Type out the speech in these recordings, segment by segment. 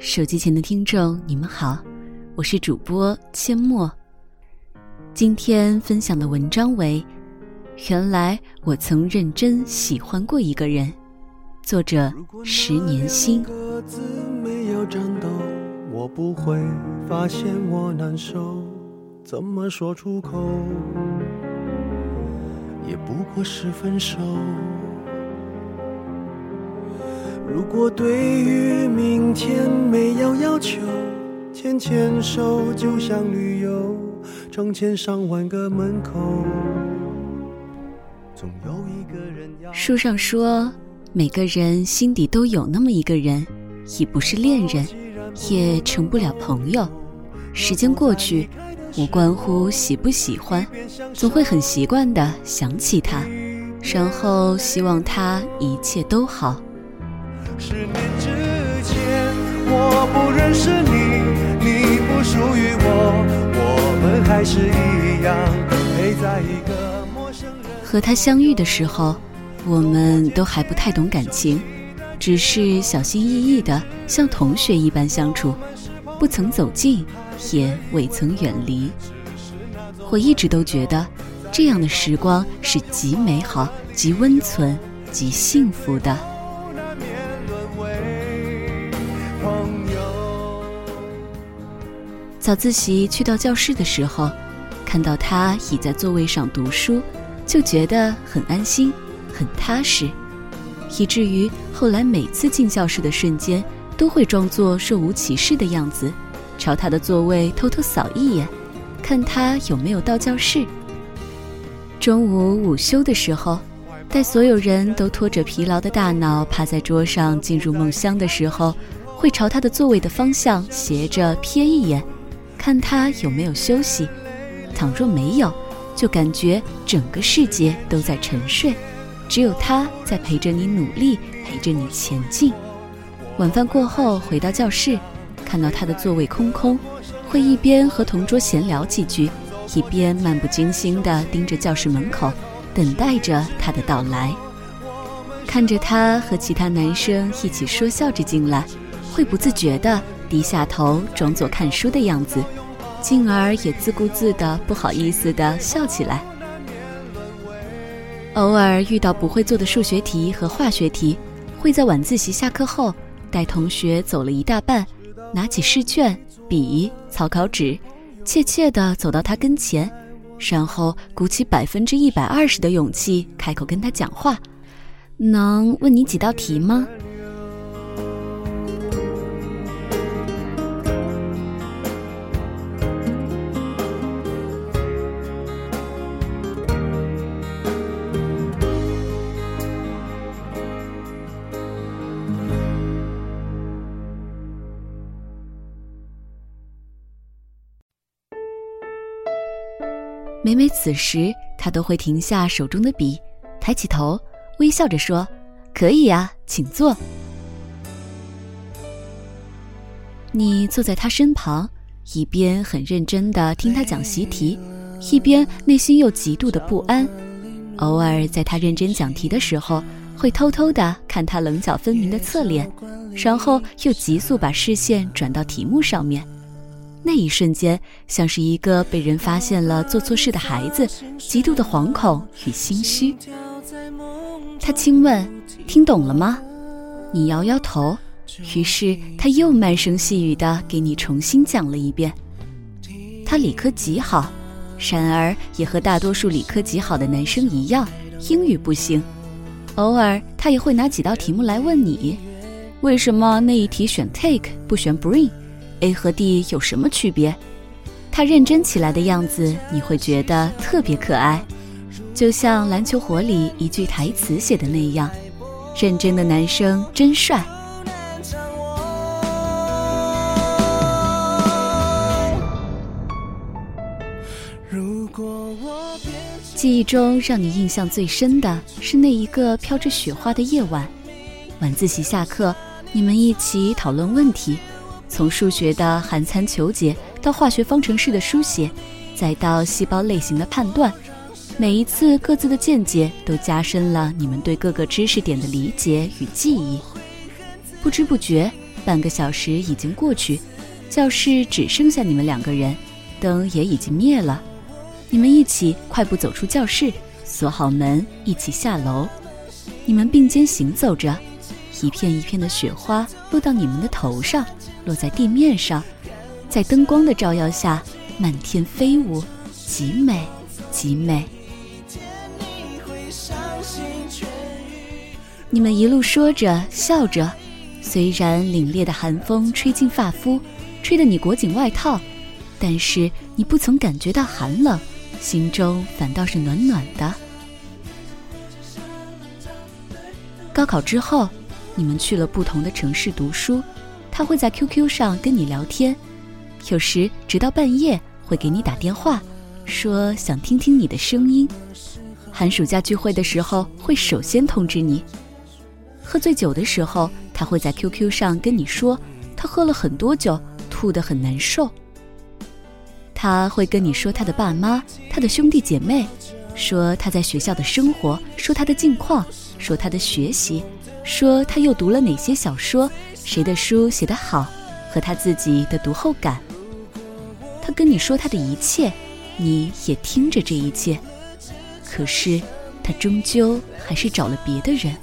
手机前的听众你们好，我是主播阡陌。今天分享的文章为原来我曾认真喜欢过一个人，作者10年心。 个字没有颤抖，我不会发现我难受，怎么说出口也不过是分手。如果对于明天没有要求，牵牵手就像旅游，成千上万个门口，总有一个人要。 书上说，每个人心底都有那么一个人，已不是恋人，也成不了朋友。时间过去，无关乎喜不喜欢，总会很习惯地想起他，然后希望他一切都好。 10年之前我不认识你，你不属于我们还是一样陪在一个陌生人。 和他相遇的时候，我们都还不太懂感情，只是小心翼翼的像同学一般相处，不曾走近，也未曾远离。我一直都觉得这样的时光是极美好、极温存、极幸福的。早自习去到教室的时候，看到他倚在座位上读书，就觉得很安心很踏实，以至于后来每次进教室的瞬间都会装作若无其事的样子，朝他的座位偷偷扫一眼，看他有没有到教室。中午午休的时候，待所有人都拖着疲劳的大脑趴在桌上进入梦乡的时候，会朝他的座位的方向斜着瞥一眼，看他有没有休息。倘若没有，就感觉整个世界都在沉睡，只有他在陪着你努力，陪着你前进。晚饭过后回到教室，看到他的座位空空，会一边和同桌闲聊几句，一边漫不经心地盯着教室门口，等待着他的到来。看着他和其他男生一起说笑着进来，会不自觉地低下头装作看书的样子，进而也自顾自地不好意思地笑起来。偶尔遇到不会做的数学题和化学题，会在晚自习下课后带同学走了一大半，拿起试卷、笔、草稿纸，怯怯地走到他跟前，然后鼓起120%的勇气开口跟他讲话：能问你几道题吗？每每此时，他都会停下手中的笔，抬起头，微笑着说：可以呀，请坐。你坐在他身旁，一边很认真地听他讲习题，一边内心又极度的不安。偶尔在他认真讲题的时候，会偷偷地看他棱角分明的侧脸，然后又急速把视线转到题目上面。那一瞬间，像是一个被人发现了做错事的孩子，极度的惶恐与心虚。他轻问：听懂了吗？你摇摇头，于是他又慢声细语地给你重新讲了一遍。他理科极好，然而也和大多数理科极好的男生一样，英语不行。偶尔他也会拿几道题目来问你，为什么那一题选 take 不选 bring？A 和 D 有什么区别？他认真起来的样子，你会觉得特别可爱，就像篮球火里一句台词写的那样：认真的男生真帅。记忆中让你印象最深的是那一个飘着雪花的夜晚，晚自习下课，你们一起讨论问题，从数学的寒餐求解到化学方程式的书写，再到细胞类型的判断，每一次各自的见解都加深了你们对各个知识点的理解与记忆。不知不觉， 半个小时已经过去，教室只剩下你们2个人，灯也已经灭了。你们一起快步走出教室，锁好门，一起下楼。你们并肩行走着，一片一片的雪花落到你们的头上，落在地面上，在灯光的照耀下满天飞舞，极美极美。你们一路说着笑着，虽然凛冽的寒风吹进发肤，吹得你裹紧外套，但是你不曾感觉到寒冷，心中反倒是暖暖的。高考之后，你们去了不同的城市读书，他会在 QQ 上跟你聊天，有时直到半夜会给你打电话，说想听听你的声音。寒暑假聚会的时候会首先通知你。喝醉酒的时候，他会在 QQ 上跟你说他喝了很多酒，吐得很难受。他会跟你说他的爸妈，他的兄弟姐妹，说他在学校的生活，说他的近况，说他的学习，说他又读了哪些小说，谁的书写得好，和他自己的读后感。他跟你说他的一切，你也听着这一切，可是他终究还是找了别的人。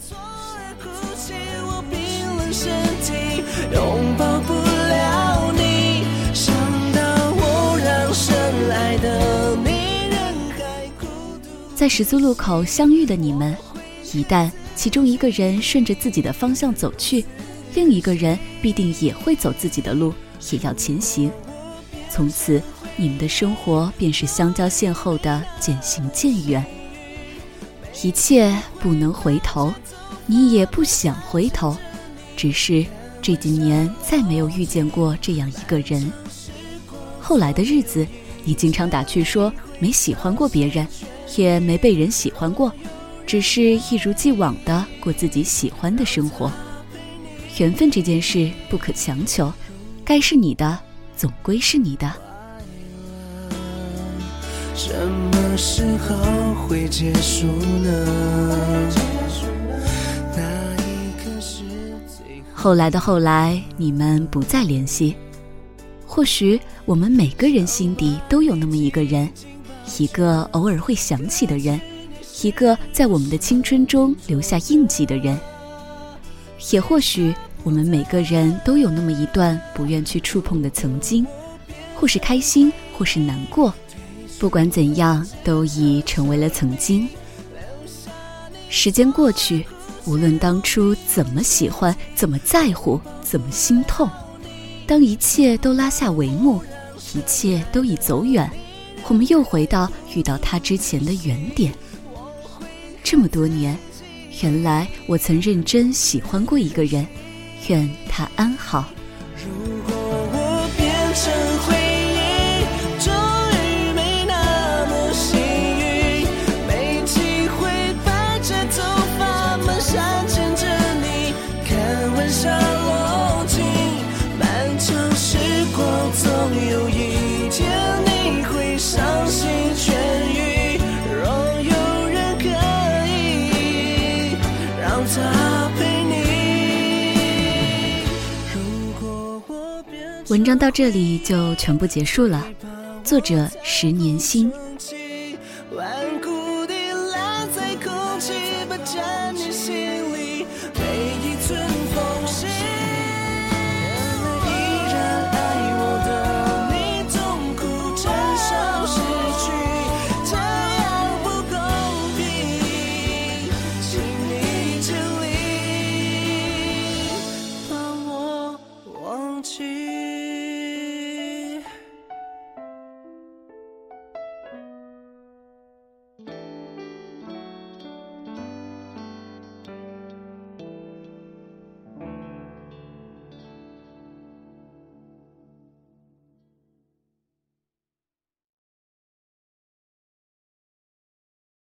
拥抱不了你，想到我让深爱的你人海孤独。 在十字路口相遇的你们，一旦其中一个人顺着自己的方向走去，另一个人必定也会走自己的路，也要前行。从此你们的生活便是相交线后的渐行渐远。一切不能回头，你也不想回头，只是这几年再没有遇见过这样一个人。后来的日子，你经常打趣说没喜欢过别人，也没被人喜欢过，只是一如既往地过自己喜欢的生活。缘分这件事不可强求，该是你的总归是你的。 什么时候会结束呢？ 后来的后来，你们不再联系。或许我们每个人心底都有那么一个人，一个偶尔会想起的人，一个在我们的青春中留下印记的人。也或许我们每个人都有那么一段不愿去触碰的曾经，或是开心，或是难过，不管怎样，都已成为了曾经。时间过去，无论当初怎么喜欢，怎么在乎，怎么心痛，当一切都拉下帷幕，一切都已走远，我们又回到遇到他之前的原点。这么多年，原来我曾认真喜欢过一个人，愿他安好。 如果我变成回忆，终于没那么幸运，没机会摆着头发蹒跚牵着你，看晚霞落尽，漫长时光总有一天你会伤心痊愈。若有人可以让他陪你。 文章到这里就全部结束了。作者10年心，